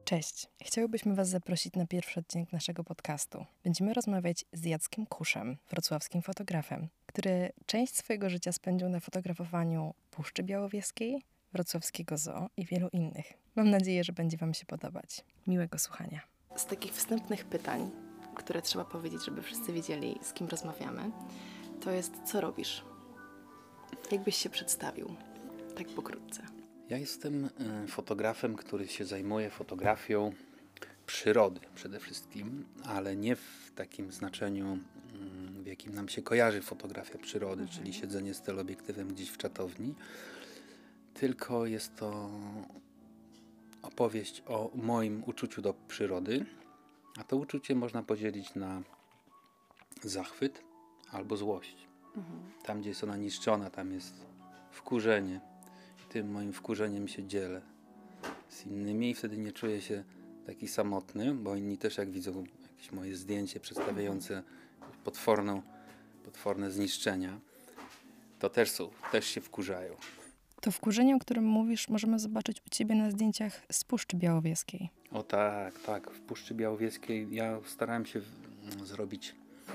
Cześć! Chciałybyśmy Was zaprosić na pierwszy odcinek naszego podcastu. Będziemy rozmawiać z Jackiem Kuszem, wrocławskim fotografem, który część swojego życia spędził na fotografowaniu Puszczy Białowieskiej, wrocławskiego zoo i wielu innych. Mam nadzieję, że będzie Wam się podobać. Miłego słuchania. Z takich wstępnych pytań, które trzeba powiedzieć, żeby wszyscy wiedzieli, z kim rozmawiamy, to jest, co robisz? Jakbyś się przedstawił? Tak pokrótce. Ja jestem fotografem, który się zajmuje fotografią przyrody przede wszystkim, ale nie w takim znaczeniu, w jakim nam się kojarzy fotografia przyrody, czyli siedzenie z teleobiektywem gdzieś w czatowni, tylko jest to opowieść o moim uczuciu do przyrody, a to uczucie można podzielić na zachwyt albo złość. Tam, gdzie jest ona niszczona, tam jest wkurzenie. Tym moim wkurzeniem się dzielę z innymi i wtedy nie czuję się taki samotny, bo inni też jak widzą jakieś moje zdjęcie przedstawiające potworne zniszczenia, to też się wkurzają. To wkurzenie, o którym mówisz, możemy zobaczyć u Ciebie na zdjęciach z Puszczy Białowieskiej. O tak. W Puszczy Białowieskiej ja starałem się zrobić.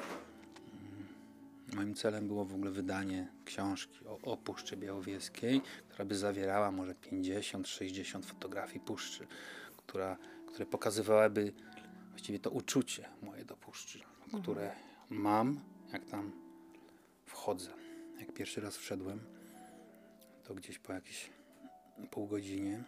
Moim celem było w ogóle wydanie książki o Puszczy Białowieskiej, która by zawierała może 50-60 fotografii puszczy, które pokazywałyby właściwie to uczucie moje do puszczy, które mam, jak tam wchodzę. Jak pierwszy raz wszedłem, to gdzieś po jakieś pół godzinie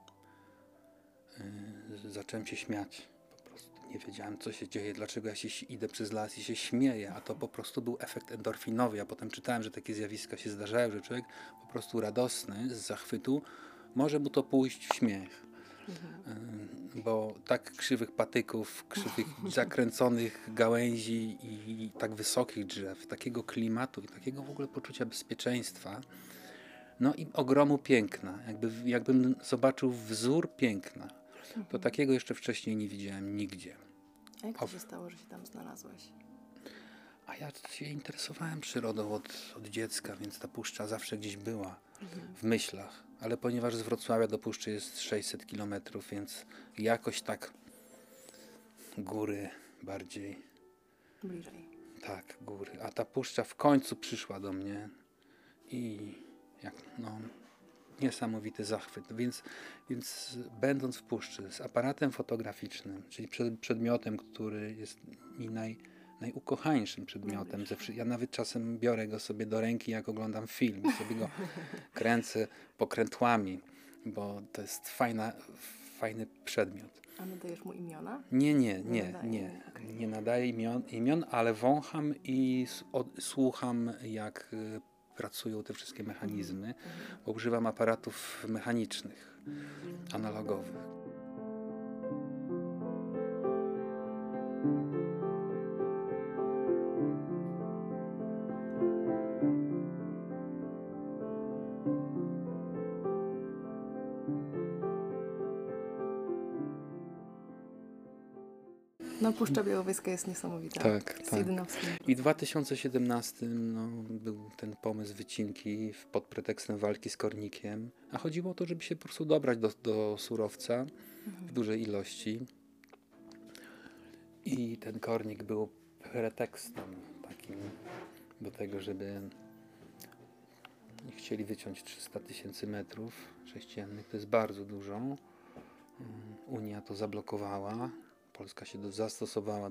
zacząłem się śmiać. Nie wiedziałem, co się dzieje, dlaczego ja idę przez las i się śmieję, a to po prostu był efekt endorfinowy. Ja potem czytałem, że takie zjawiska się zdarzają, że człowiek po prostu radosny z zachwytu może mu to pójść w śmiech. Bo tak krzywych patyków, krzywych zakręconych gałęzi i tak wysokich drzew, takiego klimatu i takiego w ogóle poczucia bezpieczeństwa, no i ogromu piękna, jakbym zobaczył wzór piękna. To takiego jeszcze wcześniej nie widziałem nigdzie. A jak to się stało, że się tam znalazłeś? A ja się interesowałem przyrodą od dziecka, więc ta puszcza zawsze gdzieś była w myślach. Ale ponieważ z Wrocławia do puszczy jest 600 kilometrów, więc jakoś tak góry bardziej. Bliżej. Tak, góry. A ta puszcza w końcu przyszła do mnie i niesamowity zachwyt. Więc będąc w puszczy z aparatem fotograficznym, czyli przedmiotem, który jest mi najukochańszym przedmiotem. Ja nawet czasem biorę go sobie do ręki, jak oglądam film i sobie go kręcę pokrętłami, bo to jest fajny przedmiot. A nadajesz mu imiona? Nie nadaję imion, ale wącham i słucham, jak pracują te wszystkie mechanizmy, bo używam aparatów mechanicznych, analogowych. No, Puszcza Białowieska jest niesamowita. Tak. Jedyna w swym. I w 2017 był ten pomysł wycinki pod pretekstem walki z kornikiem, a chodziło o to, żeby się po prostu dobrać do surowca w dużej ilości. I ten kornik był pretekstem takim do tego, żeby chcieli wyciąć 300 000 metrów sześciennych. To jest bardzo dużo. Unia to zablokowała. Polska się zastosowała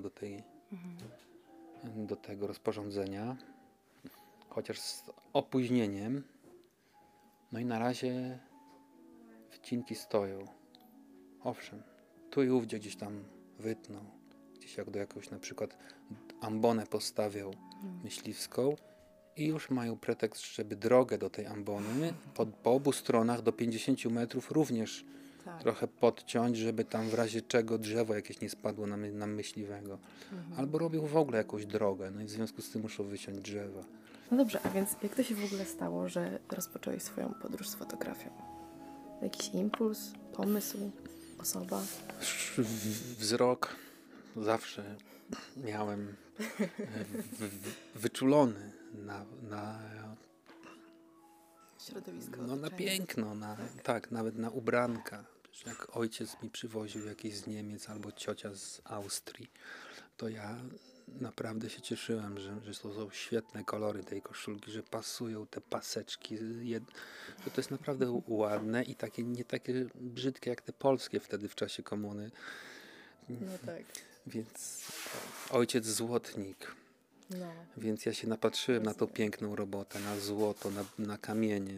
do tego rozporządzenia, chociaż z opóźnieniem. No i na razie wycinki stoją. Owszem, tu i ówdzie gdzieś tam wytną. Gdzieś jak do jakąś na przykład ambonę postawiał myśliwską i już mają pretekst, żeby drogę do tej ambony po obu stronach do 50 metrów również trochę podciąć, żeby tam w razie czego drzewo jakieś nie spadło na myśliwego. Albo robią w ogóle jakąś drogę, no i w związku z tym muszą wyciąć drzewa. No dobrze, a więc jak to się w ogóle stało, że rozpocząłeś swoją podróż z fotografią? Jakiś impuls, pomysł, osoba? Wzrok zawsze miałem wyczulony na Środowisko. na piękno, nawet na ubranka. że jak ojciec mi przywoził jakieś z Niemiec albo ciocia z Austrii, to ja naprawdę się cieszyłem, że to są świetne kolory tej koszulki, że pasują te paseczki, że to jest naprawdę ładne i takie nie takie brzydkie jak te polskie wtedy w czasie komuny. No tak. Więc ojciec złotnik. No. Więc ja się napatrzyłem na tą piękną robotę, na złoto, na kamienie.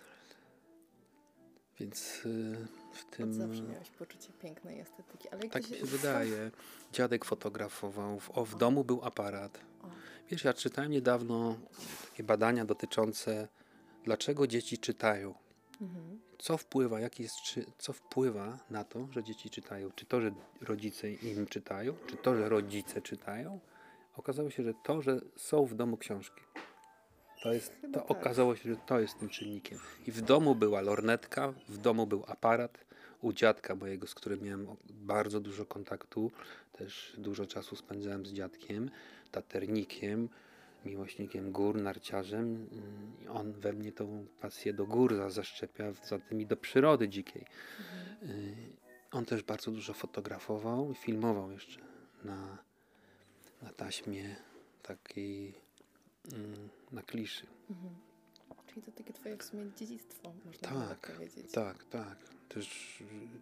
Więc w tym... Od zawsze miałeś poczucie pięknej estetyki. Ale tak mi się wydaje. Dziadek fotografował. W domu był aparat. O. Wiesz, ja czytałem niedawno takie badania dotyczące dlaczego dzieci czytają. Mhm. Co wpływa na to, że dzieci czytają? Czy to, że rodzice im czytają? Czy to, że rodzice czytają? Okazało się, że to, że są w domu książki. Okazało się, że to jest tym czynnikiem. I w domu była lornetka, w domu był aparat. U dziadka mojego, z którym miałem bardzo dużo kontaktu, też dużo czasu spędzałem z dziadkiem, taternikiem, miłośnikiem gór, narciarzem. On we mnie tą pasję do gór zaszczepia, zatem i do przyrody dzikiej. On też bardzo dużo fotografował i filmował jeszcze na taśmie takiej na kliszy. Mhm. Czyli to takie twoje w sumie dziedzictwo, można tak powiedzieć. Tak. Też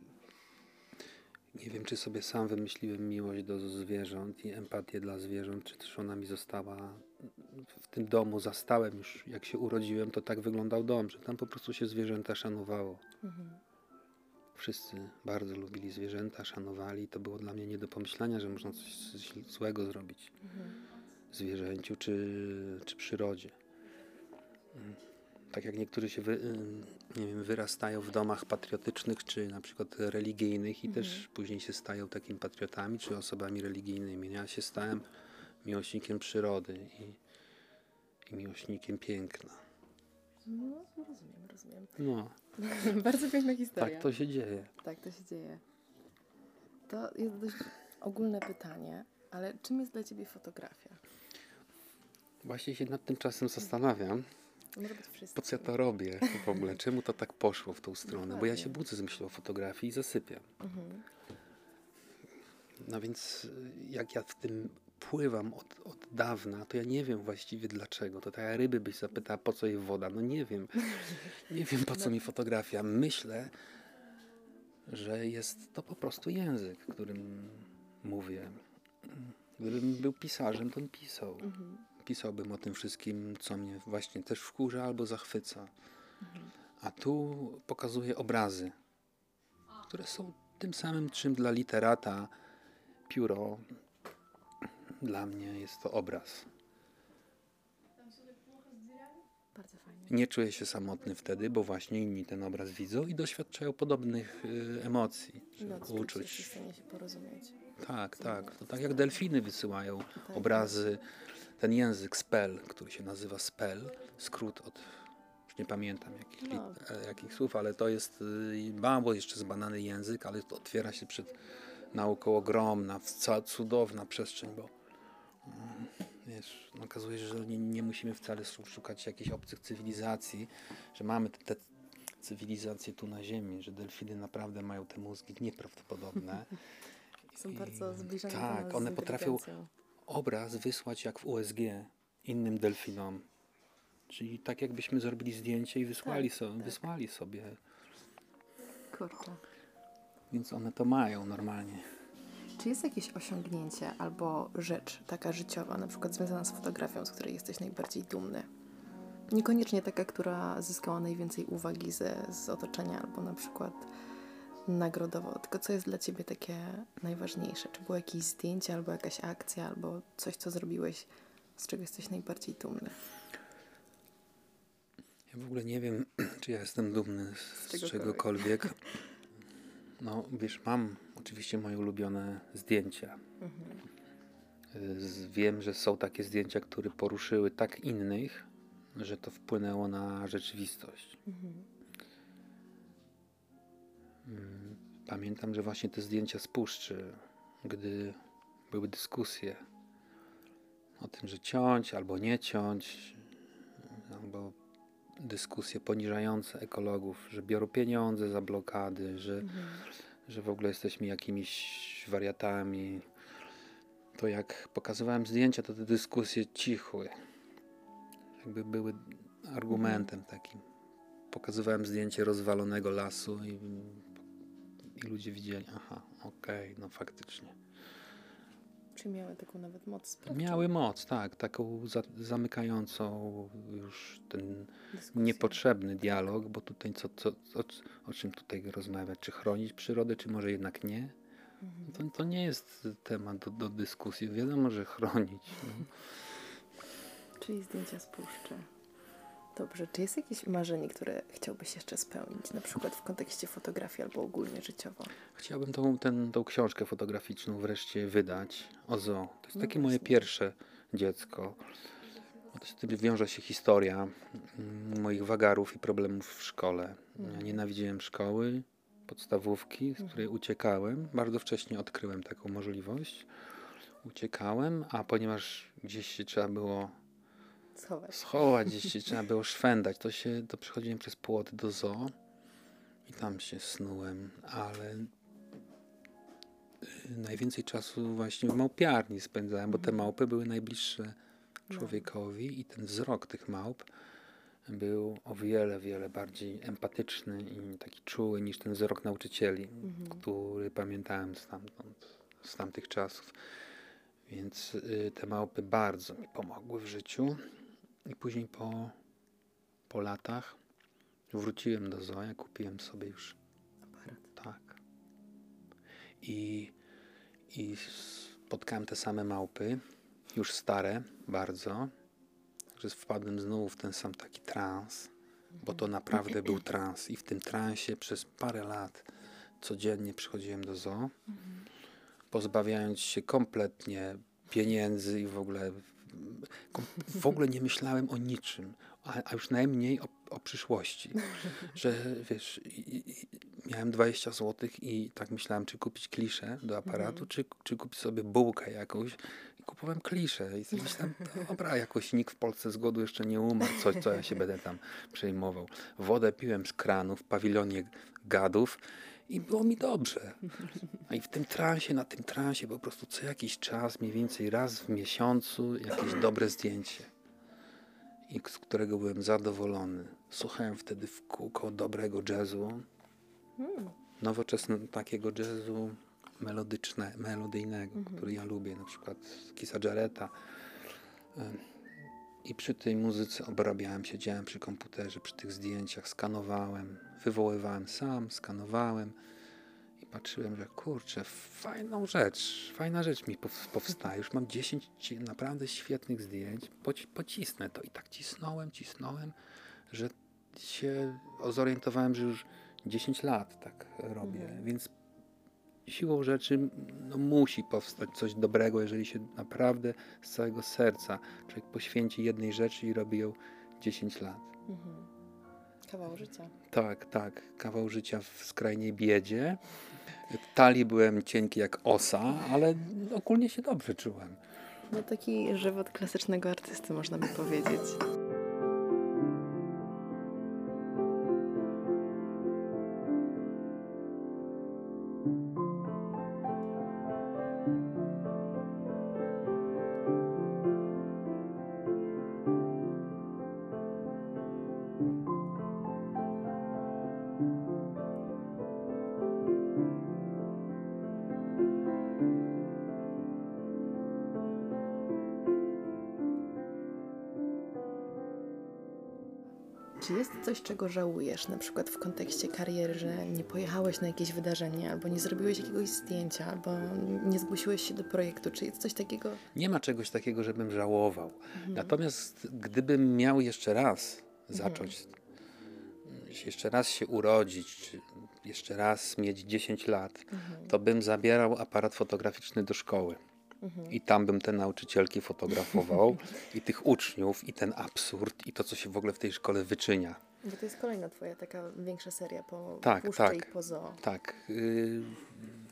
nie wiem, czy sobie sam wymyśliłem miłość do zwierząt i empatię dla zwierząt, czy też ona mi została w tym domu. Zastałem już, jak się urodziłem, to tak wyglądał dom, że tam po prostu się zwierzęta szanowało. Mhm. Wszyscy bardzo lubili zwierzęta, szanowali. To było dla mnie nie do pomyślenia, że można coś złego zrobić zwierzęciu czy przyrodzie. Tak jak niektórzy się wyrastają w domach patriotycznych, czy na przykład religijnych i też później się stają takimi patriotami, czy osobami religijnymi. Ja się stałem miłośnikiem przyrody i miłośnikiem piękna. No, rozumiem. No, Bardzo piękna historia. tak to się dzieje. Tak, to się dzieje. To jest dość ogólne pytanie, ale czym jest dla ciebie fotografia? Właśnie się nad tym czasem zastanawiam. Może być wszystko. Po co ja to robię w ogóle? Czemu to tak poszło w tą stronę? Bo ja się budzę z myślą o fotografii i zasypiam. No więc jak ja w tym pływam od dawna, to ja nie wiem właściwie dlaczego. To tak jak ryby byś zapytała, po co jej woda? No nie wiem. Nie wiem, po co mi fotografia. Myślę, że jest to po prostu język, którym mówię. Gdybym był pisarzem, to bym pisał. Pisałbym o tym wszystkim, co mnie właśnie też wkurza albo zachwyca. A tu pokazuję obrazy, które są tym samym, czym dla literata pióro. Dla mnie jest to obraz. Bardzo fajnie. Nie czuję się samotny wtedy, bo właśnie inni ten obraz widzą i doświadczają podobnych emocji, czy uczuć. Jesteś w stanie się porozumieć. Tak. To tak jak delfiny wysyłają obrazy, ten język spell, który się nazywa spell, skrót od, już nie pamiętam jakich słów, ale to jest mało jeszcze zbadany język, ale to otwiera się przed nauką ogromna, cudowna przestrzeń, bo wiesz, okazuje się, że nie musimy wcale szukać jakichś obcych cywilizacji, że mamy te cywilizacje tu na Ziemi, że delfiny naprawdę mają te mózgi nieprawdopodobne. Są bardzo zbliżone do tak, nas one z potrafią inteligencją. obraz wysłać jak w USG innym delfinom. Czyli tak jakbyśmy zrobili zdjęcie i wysłali sobie. Kurczę. Więc one to mają normalnie. Czy jest jakieś osiągnięcie albo rzecz taka życiowa, na przykład związana z fotografią, z której jesteś najbardziej dumny? Niekoniecznie taka, która zyskała najwięcej uwagi z otoczenia, albo na przykład nagrodowo, tylko co jest dla ciebie takie najważniejsze? Czy było jakieś zdjęcie, albo jakaś akcja, albo coś, co zrobiłeś, z czego jesteś najbardziej dumny? Ja w ogóle nie wiem, czy ja jestem dumny z czegokolwiek. No, wiesz, mam oczywiście moje ulubione zdjęcia. Wiem, że są takie zdjęcia, które poruszyły tak innych, że to wpłynęło na rzeczywistość. Pamiętam, że właśnie te zdjęcia z puszczy, gdy były dyskusje o tym, że ciąć albo nie ciąć, albo dyskusje poniżające ekologów, że biorą pieniądze za blokady, że w ogóle jesteśmy jakimiś wariatami. To jak pokazywałem zdjęcia, to te dyskusje cichły. Jakby były argumentem takim. Pokazywałem zdjęcie rozwalonego lasu i ludzie widzieli, aha, okej, no faktycznie. Czy miały taką nawet moc sprawczą? Miały moc, tak, taką zamykającą już ten Dyskusję. niepotrzebny dialog, bo tutaj o czym tutaj rozmawiać? Czy chronić przyrodę, czy może jednak nie? To nie jest temat do dyskusji. Wiadomo, że chronić. No. Czyli zdjęcia z puszczy. Dobrze, czy jest jakieś marzenie, które chciałbyś jeszcze spełnić, na przykład w kontekście fotografii albo ogólnie życiowo? Chciałbym tą książkę fotograficzną wreszcie wydać o zoo. To jest takie moje właśnie. pierwsze dziecko. Z tym wiąże się historia moich wagarów i problemów w szkole. Ja nienawidziłem szkoły, podstawówki, z której uciekałem. Bardzo wcześnie odkryłem taką możliwość. Uciekałem, a ponieważ gdzieś się trzeba było schować, gdzieś się trzeba było szwendać, to przechodziłem przez płot do zoo i tam się snułem, ale najwięcej czasu właśnie w małpiarni spędzałem, bo te małpy były najbliższe człowiekowi i ten wzrok tych małp był o wiele, wiele bardziej empatyczny i taki czuły niż ten wzrok nauczycieli, który pamiętałem z tamtych czasów. Więc te małpy bardzo mi pomogły w życiu i później po latach wróciłem do zoo, kupiłem sobie już aparat. Tak. I spotkałem te same małpy, już stare bardzo, że wpadłem znowu w ten sam taki trans, bo to naprawdę był trans i w tym transie przez parę lat codziennie przychodziłem do zoo, pozbawiając się kompletnie pieniędzy i w ogóle nie myślałem o niczym, a już najmniej o przyszłości, że wiesz, miałem 20 zł i tak myślałem, czy kupić kliszę do aparatu, czy kupić sobie bułkę jakąś. I kupowałem kliszę i sobie myślałem, dobra, jakoś nikt w Polsce z głodu jeszcze nie umarł, co ja się będę tam przejmował. Wodę piłem z kranu w pawilonie gadów i było mi dobrze. A i na tym transie po prostu co jakiś czas, mniej więcej raz w miesiącu jakieś dobre zdjęcie. I z którego byłem zadowolony. Słuchałem wtedy w kółko dobrego jazzu. Nowoczesnego takiego jazzu melodyjnego, który ja lubię. Na przykład Keitha Jarretta. I przy tej muzyce obrabiałem, siedziałem przy komputerze, przy tych zdjęciach, skanowałem, wywoływałem sam, skanowałem i patrzyłem, że kurczę, fajna rzecz mi powstaje. Już mam 10 naprawdę świetnych zdjęć, pocisnę to i tak cisnąłem, że się zorientowałem, że już 10 lat tak robię, więc siłą rzeczy musi powstać coś dobrego, jeżeli się naprawdę z całego serca człowiek poświęci jednej rzeczy i robi ją 10 lat. Kawał życia. Tak. Kawał życia w skrajnej biedzie. Talii byłem cienki jak osa, ale ogólnie się dobrze czułem. No taki żywot klasycznego artysty, można by powiedzieć. Czy jest coś, czego żałujesz, na przykład w kontekście kariery, że nie pojechałeś na jakieś wydarzenie, albo nie zrobiłeś jakiegoś zdjęcia, albo nie zgłosiłeś się do projektu? Czy jest coś takiego? Nie ma czegoś takiego, żebym żałował. Natomiast gdybym miał jeszcze raz zacząć, jeszcze raz się urodzić, czy jeszcze raz mieć 10 lat, to bym zabierał aparat fotograficzny do szkoły. I tam bym te nauczycielki fotografował i tych uczniów, i ten absurd, i to, co się w ogóle w tej szkole wyczynia. Bo to jest kolejna twoja taka większa seria po puszce i po zoo. Tak.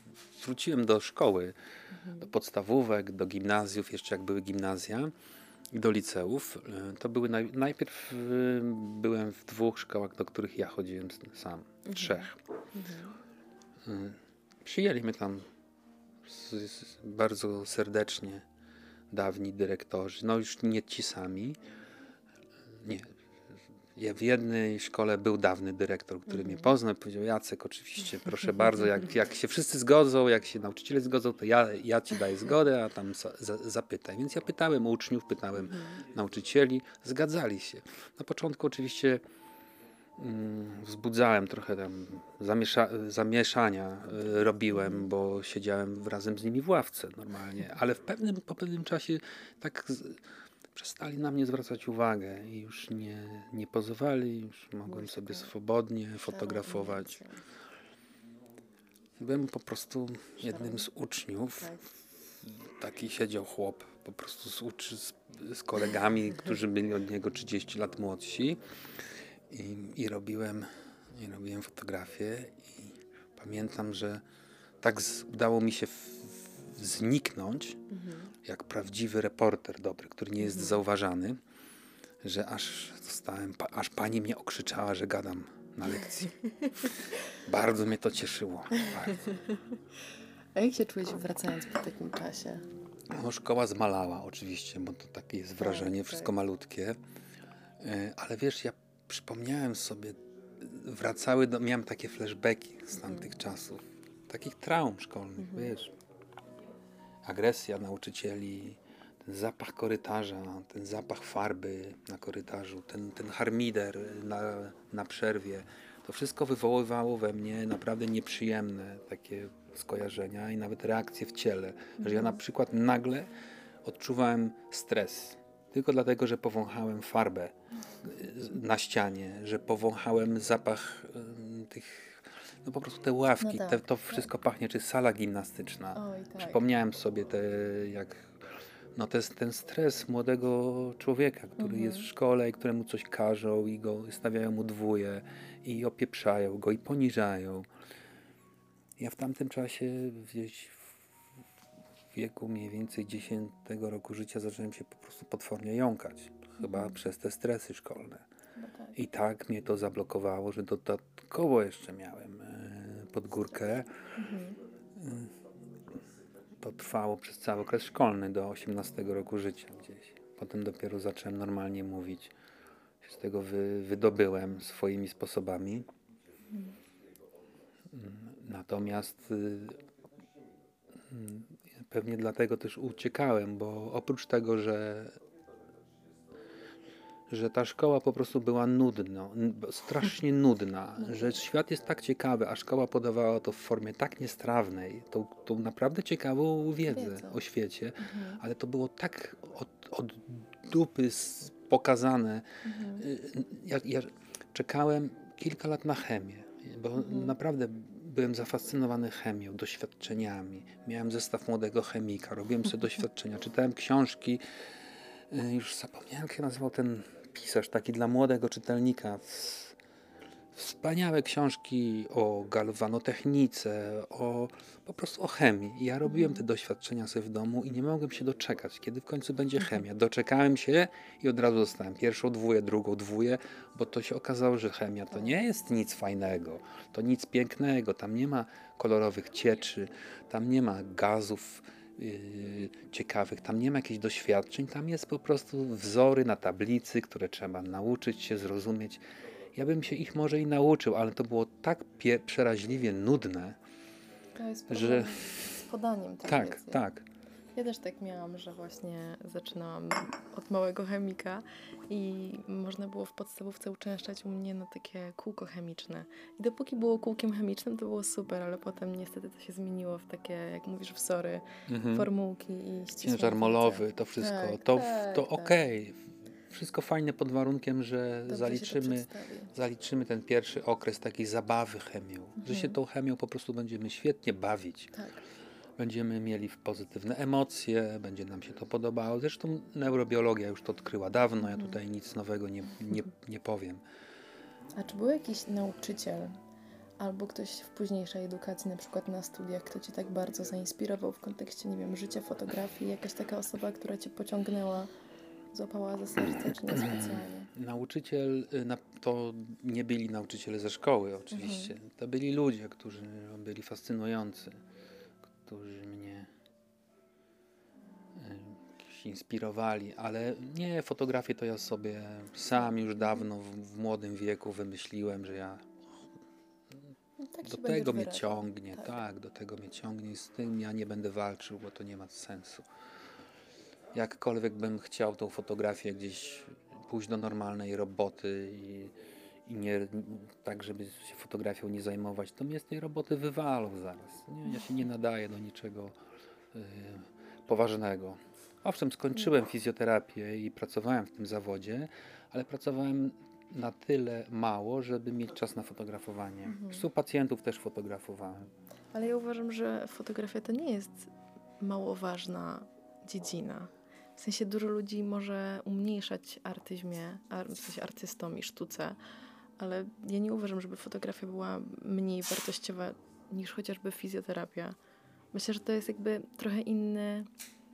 Wróciłem do szkoły, do podstawówek, do gimnazjów, jeszcze jak były gimnazja do liceów. To były najpierw byłem w 2 szkołach, do których ja chodziłem sam. 3. Przyjęli mnie tam bardzo serdecznie dawni dyrektorzy. No już nie ci sami. Nie. W jednej szkole był dawny dyrektor, który mnie poznał i powiedział: Jacek, oczywiście, proszę bardzo, jak się wszyscy zgodzą, jak się nauczyciele zgodzą, to ja ci daję zgodę, a tam zapytaj. Więc ja pytałem uczniów, pytałem nauczycieli, zgadzali się. Na początku oczywiście wzbudzałem trochę tam zamieszania, robiłem, bo siedziałem razem z nimi w ławce normalnie, ale po pewnym czasie tak przestali na mnie zwracać uwagę i już nie pozowali, już mogłem sobie swobodnie fotografować. Byłem po prostu jednym z uczniów. Taki siedział chłop po prostu z kolegami, którzy byli od niego 30 lat młodsi i robiłem fotografię i pamiętam, że tak udało mi się zniknąć, jak prawdziwy reporter dobry, który nie jest zauważany, że aż pani mnie okrzyczała, że gadam na lekcji. Bardzo mnie to cieszyło. Bardzo. A jak się czułeś wracając po takim czasie? No, szkoła zmalała oczywiście, bo to takie jest wrażenie, wszystko malutkie. Ale wiesz, ja przypomniałem sobie, miałem takie flashbacki z tamtych czasów, takich traum szkolnych, wiesz. Agresja nauczycieli, ten zapach korytarza, ten zapach farby na korytarzu, ten harmider na przerwie. To wszystko wywoływało we mnie naprawdę nieprzyjemne takie skojarzenia i nawet reakcje w ciele. Że ja na przykład nagle odczuwałem stres. Tylko dlatego, że powąchałem farbę na ścianie, że powąchałem zapach tych, no po prostu te ławki, No tak, to wszystko pachnie, czy sala gimnastyczna. Oj, tak. Przypomniałem sobie to jest ten stres młodego człowieka, który jest w szkole i któremu coś każą i go stawiają mu dwóje i opieprzają go i poniżają. Ja w tamtym czasie gdzieś w wieku mniej więcej 10 roku życia zacząłem się po prostu potwornie jąkać. Chyba przez te stresy szkolne. Tak. I tak mnie to zablokowało, że dodatkowo jeszcze miałem pod górkę. To trwało przez cały okres szkolny do 18 roku życia gdzieś. Potem dopiero zacząłem normalnie mówić. Się z tego wydobyłem swoimi sposobami. Natomiast pewnie dlatego też uciekałem, bo oprócz tego, że ta szkoła po prostu była nudna, strasznie nudna, że świat jest tak ciekawy, a szkoła podawała to w formie tak niestrawnej, tą naprawdę ciekawą wiedzę o świecie, ale to było tak od dupy pokazane. Ja czekałem kilka lat na chemię, bo naprawdę byłem zafascynowany chemią, doświadczeniami. Miałem zestaw młodego chemika, robiłem sobie doświadczenia, czytałem książki. Już zapomniałem, jak się nazywał ten pisarz, taki dla młodego czytelnika. Wspaniałe książki o galwanotechnice, po prostu o chemii. I ja robiłem te doświadczenia sobie w domu i nie mogłem się doczekać, kiedy w końcu będzie chemia. Doczekałem się i od razu dostałem pierwszą dwóję, drugą dwóję, bo to się okazało, że chemia to nie jest nic fajnego, to nic pięknego, tam nie ma kolorowych cieczy, tam nie ma gazów ciekawych, tam nie ma jakichś doświadczeń, tam jest po prostu wzory na tablicy, które trzeba nauczyć się, zrozumieć. Ja bym się ich może i nauczył, ale to było tak przeraźliwie nudne, To jest że z podaniem tej tak, wiedzy. tak. Ja też tak miałam, że właśnie zaczynałam od małego chemika i można było w podstawówce uczęszczać u mnie na takie kółko chemiczne. I dopóki było kółkiem chemicznym, to było super, ale potem niestety to się zmieniło w takie, jak mówisz, wzory, formułki i ścisłe. Ciężar molowy, to wszystko, Tak, to okej. Wszystko fajne pod warunkiem, że Dobrze zaliczymy ten pierwszy okres takiej zabawy chemią. Że się tą chemią po prostu będziemy świetnie bawić. Tak. Będziemy mieli pozytywne emocje, będzie nam się to podobało. Zresztą neurobiologia już to odkryła dawno, ja tutaj nic nowego nie powiem. A czy był jakiś nauczyciel albo ktoś w późniejszej edukacji, na przykład na studiach, kto Cię tak bardzo zainspirował w kontekście, nie wiem, życia, fotografii, jakaś taka osoba, która Cię pociągnęła złapała za serce, czy niespecjalnie? Nauczyciel, to nie byli nauczyciele ze szkoły oczywiście. To byli ludzie, którzy byli fascynujący, którzy mnie jakoś inspirowali, ale nie, fotografię to ja sobie sam już dawno w młodym wieku wymyśliłem, że ja No, tak do się tego będziesz mnie wyrażał. ciągnie, tak, do tego mnie ciągnie i z tym ja nie będę walczył, bo to nie ma sensu. Jakkolwiek bym chciał tą fotografię gdzieś pójść do normalnej roboty i nie tak, żeby się fotografią nie zajmować, to mnie z tej roboty wywalą zaraz. Nie, ja się nie nadaję do niczego poważnego. Owszem, skończyłem fizjoterapię i pracowałem w tym zawodzie, ale pracowałem na tyle mało, żeby mieć czas na fotografowanie. U pacjentów też fotografowałem. Ale ja uważam, że fotografia to nie jest mało ważna dziedzina. W sensie dużo ludzi może umniejszać artyzmie, w sensie artystom i sztuce, ale ja nie uważam, żeby fotografia była mniej wartościowa niż chociażby fizjoterapia. Myślę, że to jest jakby trochę inny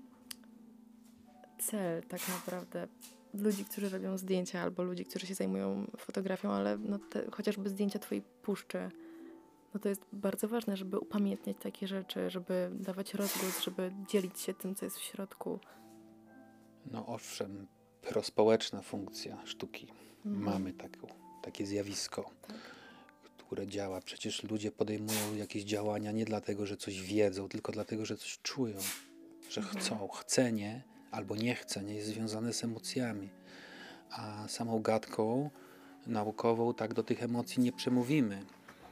cel tak naprawdę ludzi, którzy robią zdjęcia albo ludzi, którzy się zajmują fotografią, ale no chociażby zdjęcia twojej puszczy, no to jest bardzo ważne, żeby upamiętniać takie rzeczy, żeby dawać rozgłos, żeby dzielić się tym, co jest w środku. No owszem, prospołeczna funkcja sztuki. Mamy takie zjawisko, które działa. Przecież ludzie podejmują jakieś działania nie dlatego, że coś wiedzą, tylko dlatego, że coś czują, że chcą. Chcenie albo niechcenie jest związane z emocjami, a samą gadką naukową tak do tych emocji nie przemówimy.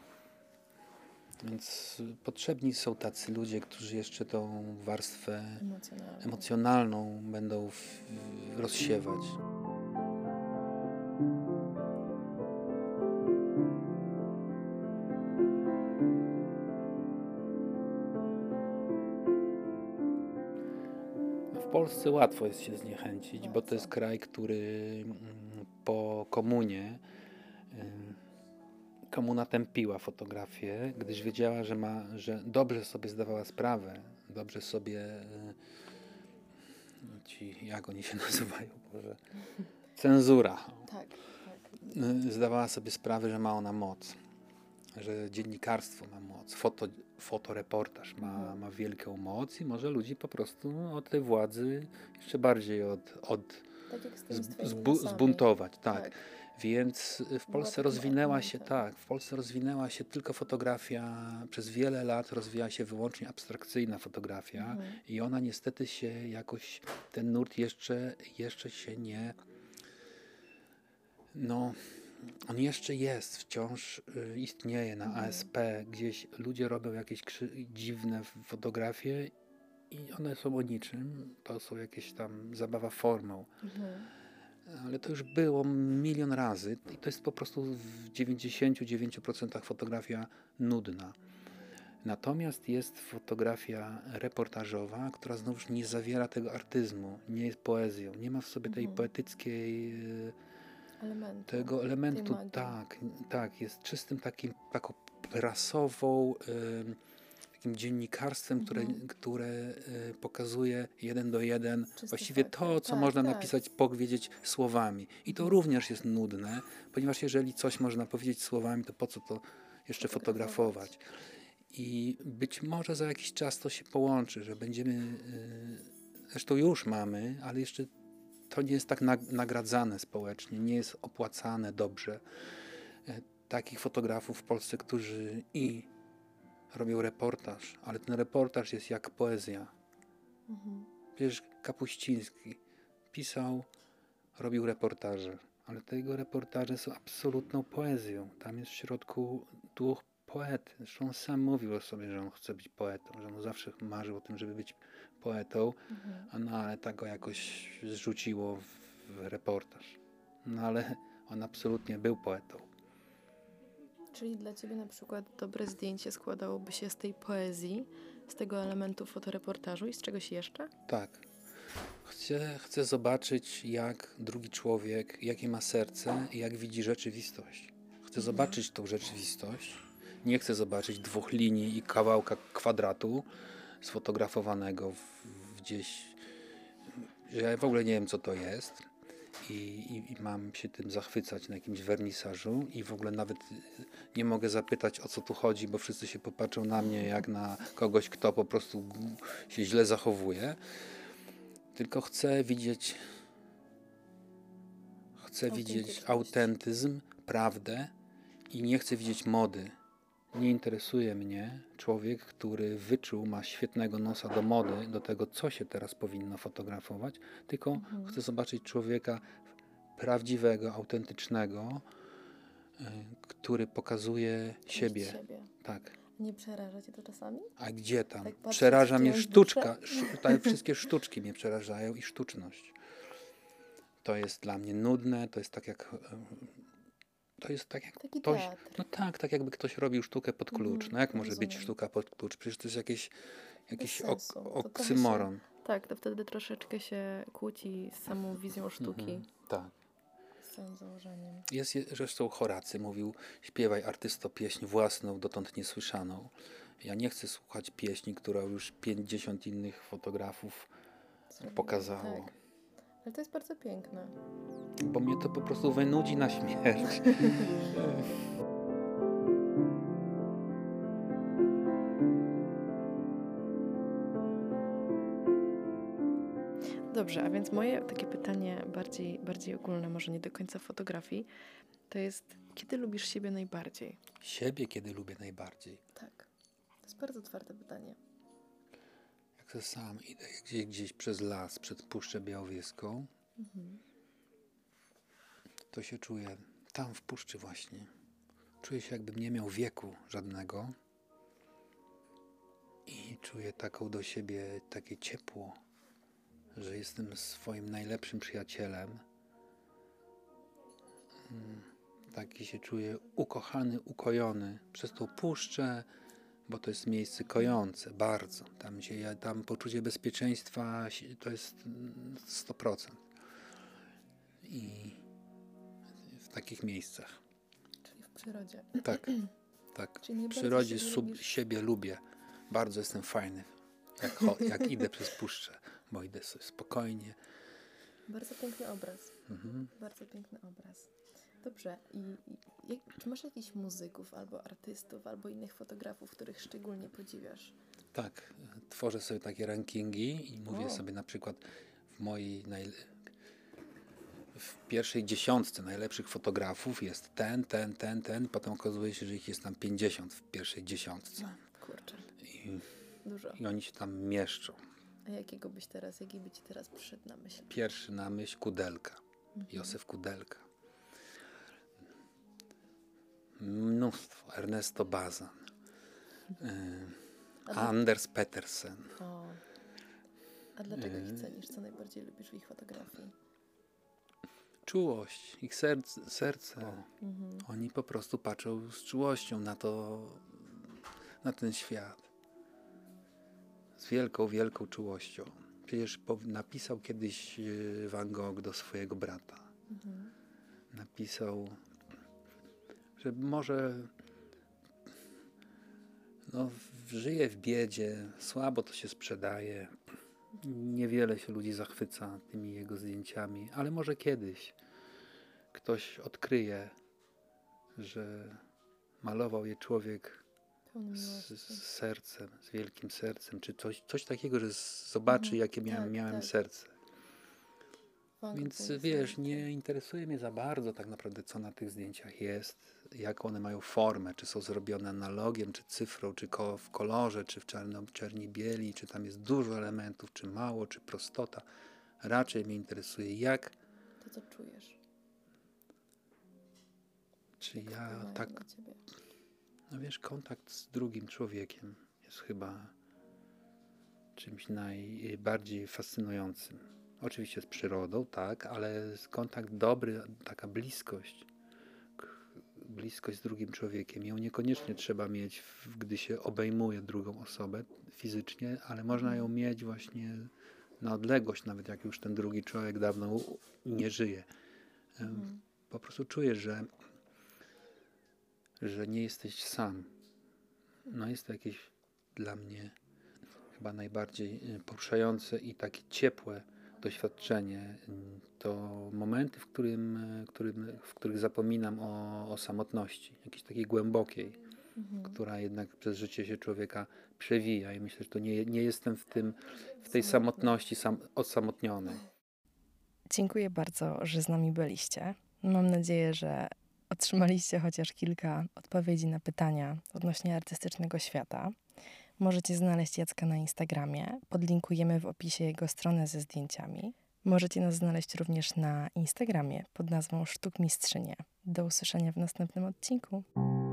Więc potrzebni są tacy ludzie, którzy jeszcze tą warstwę emocjonalną będą rozsiewać. W Polsce łatwo jest się zniechęcić, bo to jest kraj, który po komunie komuna tępiła fotografię, gdyż wiedziała, że dobrze sobie zdawała sprawę, dobrze sobie jak oni się nazywają, Boże, cenzura. Zdawała sobie sprawę, że ma ona moc, że dziennikarstwo ma moc, fotoreportaż ma wielką moc i może ludzi po prostu od tej władzy jeszcze bardziej zbuntować. Tak. Więc w Polsce rozwinęła się tylko fotografia, przez wiele lat rozwijała się wyłącznie abstrakcyjna fotografia i ona niestety się jakoś, ten nurt jeszcze się nie, on jeszcze jest, wciąż istnieje na ASP, gdzieś ludzie robią jakieś dziwne fotografie i one są o niczym, to są jakieś tam zabawa formą. Ale to już było milion razy i to jest po prostu w 99% fotografia nudna. Natomiast jest fotografia reportażowa, która znowuż nie zawiera tego artyzmu, nie jest poezją, nie ma w sobie tej poetyckiej tego elementu, tak, jest czystym taką prasową, takim dziennikarstwem, które pokazuje 1 do 1 właściwie to, co można napisać, powiedzieć słowami. I to również jest nudne, ponieważ jeżeli coś można powiedzieć słowami, to po co to jeszcze fotografować? I być może za jakiś czas to się połączy, że będziemy, zresztą już mamy, ale jeszcze to nie jest tak nagradzane społecznie, nie jest opłacane dobrze. Takich fotografów w Polsce, którzy robią reportaż, ale ten reportaż jest jak poezja. Przecież Kapuściński pisał, robił reportaże, ale te jego reportaże są absolutną poezją. Tam jest w środku duch poety. Zresztą on sam mówił o sobie, że on chce być poetą, że on zawsze marzył o tym, żeby być poetą, ale tak go jakoś zrzuciło w reportaż. No ale on absolutnie był poetą. Czyli dla ciebie na przykład dobre zdjęcie składałoby się z tej poezji, z tego elementu fotoreportażu i z czegoś jeszcze? Tak. Chcę zobaczyć, jak drugi człowiek, jakie ma serce i jak widzi rzeczywistość. Chcę zobaczyć tą rzeczywistość. Nie chcę zobaczyć 2 linii i kawałka kwadratu sfotografowanego gdzieś że ja w ogóle nie wiem, co to jest i mam się tym zachwycać na jakimś wernisażu i w ogóle nawet nie mogę zapytać, o co tu chodzi, bo wszyscy się popatrzą na mnie jak na kogoś, kto po prostu się źle zachowuje. Tylko chcę widzieć autentyzm, prawdę i nie chcę widzieć mody. Nie interesuje mnie człowiek, który wyczuł, ma świetnego nosa do mody, do tego, co się teraz powinno fotografować, tylko chcę zobaczyć człowieka prawdziwego, autentycznego, który pokazuje siebie. Tak. Nie przeraża cię to czasami? A gdzie tam? Tak Przeraża mnie sztuczka. Wszystkie sztuczki mnie przerażają i sztuczność. To jest dla mnie nudne, to jest tak jak... Taki ktoś, teatr. no tak jakby ktoś robił sztukę pod klucz. No jak może być sztuka pod klucz? Przecież to jest jakiś oksymoron. Tak, to wtedy troszeczkę się kłóci z samą wizją sztuki. Tak. Z całym założeniem. Zresztą Horacy mówił, śpiewaj artysto pieśń własną, dotąd niesłyszaną. Ja nie chcę słuchać pieśni, która już 50 innych fotografów pokazało. Tak. Ale to jest bardzo piękne. Bo mnie to po prostu wynudzi na śmierć. Dobrze, a więc moje takie pytanie bardziej ogólne, może nie do końca fotografii, to jest, kiedy lubisz siebie najbardziej? Siebie kiedy lubię najbardziej? Tak. To jest bardzo otwarte pytanie. Jak to sam idę gdzieś przez las, przed Puszczę Białowieską, to się czuję tam w puszczy właśnie. Czuję się, jakbym nie miał wieku żadnego i czuję taką do siebie takie ciepło, że jestem swoim najlepszym przyjacielem. Taki się czuję ukochany, ukojony przez tą puszczę, bo to jest miejsce kojące, bardzo. Tam poczucie bezpieczeństwa to jest 100%. I w takich miejscach. Czyli w przyrodzie. Tak. Czyli w przyrodzie siebie lubię. Bardzo jestem fajny, jak idę przez puszczę, bo idę sobie spokojnie. Bardzo piękny obraz. Bardzo piękny obraz. Dobrze. Czy masz jakichś muzyków, albo artystów, albo innych fotografów, których szczególnie podziwiasz? Tak. Tworzę sobie takie rankingi i mówię sobie na przykład w pierwszej 10 najlepszych fotografów jest ten. Potem okazuje się, że ich jest tam 50 w pierwszej 10. No, kurczę. Dużo. I oni się tam mieszczą. A jaki by ci teraz przyszedł na myśl? Pierwszy na myśl Kudelka. Józef Kudelka. Mnóstwo. Ernesto Bazan. Anders Petersen. A dlaczego ich cenisz? Co najbardziej lubisz w ich fotografii? Czułość, ich serce. Oni po prostu patrzą z czułością na ten świat. Z wielką czułością. Przecież napisał kiedyś Van Gogh do swojego brata. Napisał, że może żyje w biedzie, słabo to się sprzedaje. Niewiele się ludzi zachwyca tymi jego zdjęciami, ale może kiedyś ktoś odkryje, że malował je człowiek z sercem, z wielkim sercem, czy coś takiego, że zobaczy, jakie miałem serce. Więc wiesz, nie interesuje mnie za bardzo tak naprawdę, co na tych zdjęciach jest, jak one mają formę, czy są zrobione analogiem, czy cyfrą, czy w kolorze, czy w czerni-bieli, czy tam jest dużo elementów, czy mało, czy prostota. Raczej mnie interesuje, jak... To, co czujesz. Czy ja tak... No wiesz, kontakt z drugim człowiekiem jest chyba czymś najbardziej fascynującym. Oczywiście z przyrodą, tak, ale kontakt dobry, taka bliskość z drugim człowiekiem. Ją niekoniecznie trzeba mieć, gdy się obejmuje drugą osobę fizycznie, ale można ją mieć właśnie na odległość, nawet jak już ten drugi człowiek dawno nie żyje. Po prostu czujesz, że nie jesteś sam. No jest to jakieś dla mnie chyba najbardziej poruszające i takie ciepłe doświadczenie. To momenty, w których zapominam o samotności, jakiejś takiej głębokiej, która jednak przez życie się człowieka przewija i myślę, że to nie jestem w tej samotności osamotniony. Dziękuję bardzo, że z nami byliście. Mam nadzieję, że otrzymaliście chociaż kilka odpowiedzi na pytania odnośnie artystycznego świata. Możecie znaleźć Jacka na Instagramie. Podlinkujemy w opisie jego stronę ze zdjęciami. Możecie nas znaleźć również na Instagramie pod nazwą Sztukmistrzynie. Do usłyszenia w następnym odcinku.